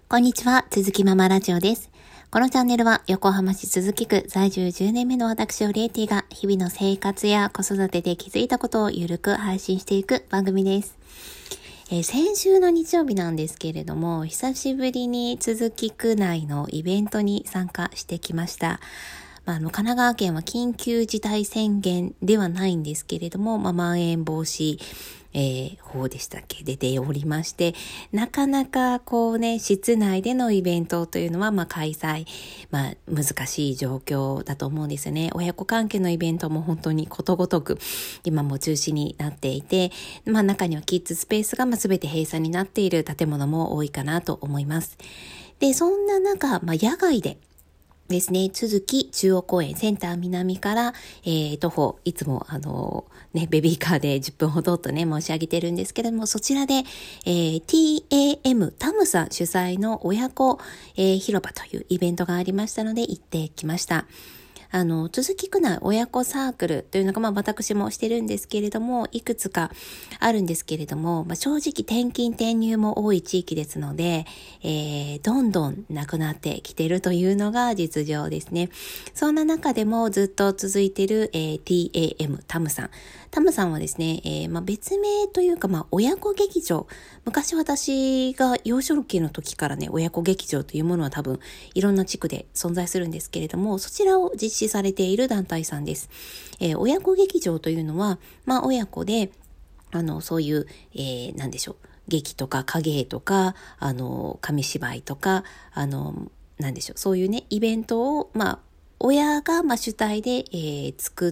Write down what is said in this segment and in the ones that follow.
こんにちは、鈴木ママラジオです。このチャンネルは横浜市都筑区在住10年目の私オリエティが日々の生活や子育てで気づいたことをゆるく配信していく番組です。先週の日曜日なんですけれども、久しぶりに都筑区内のイベントに参加してきました。神奈川県は緊急事態宣言ではないんですけれども、まん延防止法でしたっけ出ておりまして、なかなか室内でのイベントというのは開催、難しい状況だと思うんですよね。親子関係のイベントも本当にことごとく今も中止になっていて、中にはキッズスペースが全て閉鎖になっている建物も多いかなと思います。で、そんな中、野外でですね、都筑中央公園センター南から、徒歩、いつもベビーカーで10分ほどと申し上げてるんですけれども、そちらで、TAM タムさん主催の親子、広場というイベントがありましたので行ってきました。都筑区内親子サークルというのが私もしてるんですけれども、いくつかあるんですけれども、正直転勤転入も多い地域ですので、どんどんなくなってきてるというのが実情ですね。そんな中でもずっと続いている、TAM タムさん。タムさんはですね、別名というか親子劇場。昔私が幼少期の時から親子劇場というものは多分いろんな地区で存在するんですけれども、そちらを実施されている団体さんです。親子劇場というのは、親子で、そういう、劇とか影絵とか、紙芝居とか、そういうイベントを、親が主体で、作って、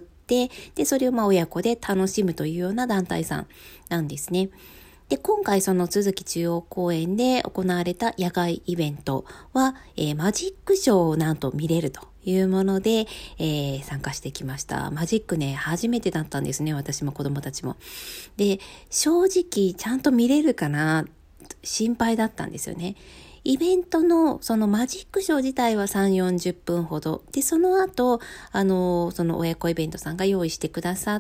で、それを親子で楽しむというような団体さんなんですね。で、今回その都筑中央公園で行われた野外イベントは、マジックショーをなんと見れるというもので、参加してきました。マジック初めてだったんですね。私も子供たちも。で、正直ちゃんと見れるかな心配だったんですよね。イベントのそのマジックショー自体は3、40分ほど。で、その後、その親子イベントさんが用意してくださった、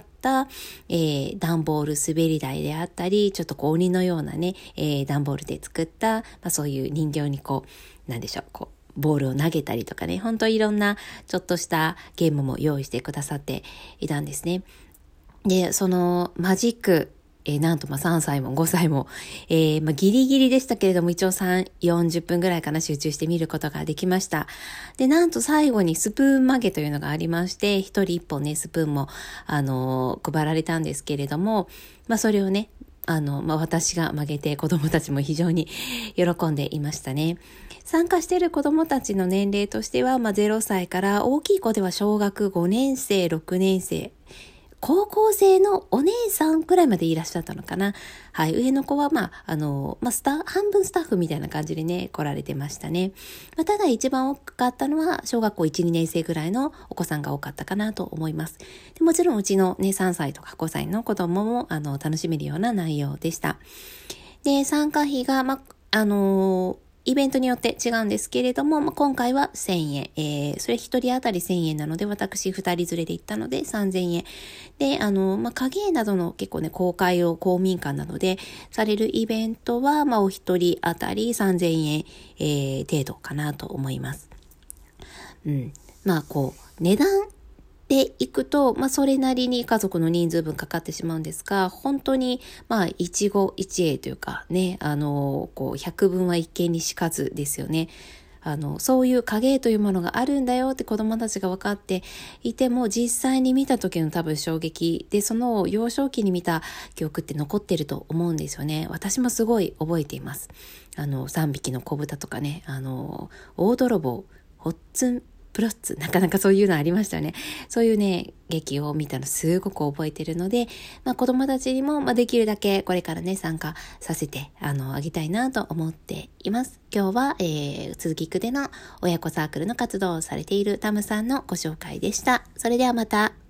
段ボール滑り台であったり、ちょっと鬼のような段ボールで作った、そういう人形にボールを投げたりとか本当いろんなちょっとしたゲームも用意してくださっていたんですね。で、そのマジック、なんと3歳も5歳も、ギリギリでしたけれども一応3、40分ぐらいかな集中して見ることができました。で、なんと最後にスプーン曲げというのがありまして、一人一本スプーンも、配られたんですけれども、それを私が曲げて子供たちも非常に喜んでいましたね。参加している子供たちの年齢としては、0歳から大きい子では小学5年生、6年生、高校生のお姉さんくらいまでいらっしゃったのかな。はい。上の子は半分スタッフみたいな感じで来られてましたね。ただ一番多かったのは小学校1、2年生ぐらいのお子さんが多かったかなと思います。でもちろんうちの3歳とか5歳の子供も楽しめるような内容でした。で、参加費がイベントによって違うんですけれども、今回は1000円。それ一人当たり1000円なので、私二人連れで行ったので3000円。で、影絵などの結構公開を公民館などでされるイベントは、お一人当たり3000円、程度かなと思います。値段で行くと、それなりに家族の人数分かかってしまうんですが、本当に、一期一会というか百聞は一見にしかずですよね。そういう影絵というものがあるんだよって子供たちが分かっていても、実際に見た時の多分衝撃で、その幼少期に見た記憶って残ってると思うんですよね。私もすごい覚えています。3匹の子豚とか大泥棒、ホッツンプロッツ、なかなかそういうのありましたよね。そういう劇を見たのすごく覚えてるので、子供たちにもできるだけこれから参加させてあげたいなと思っています。今日は、都筑区での親子サークルの活動をされているタムさんのご紹介でした。それではまた。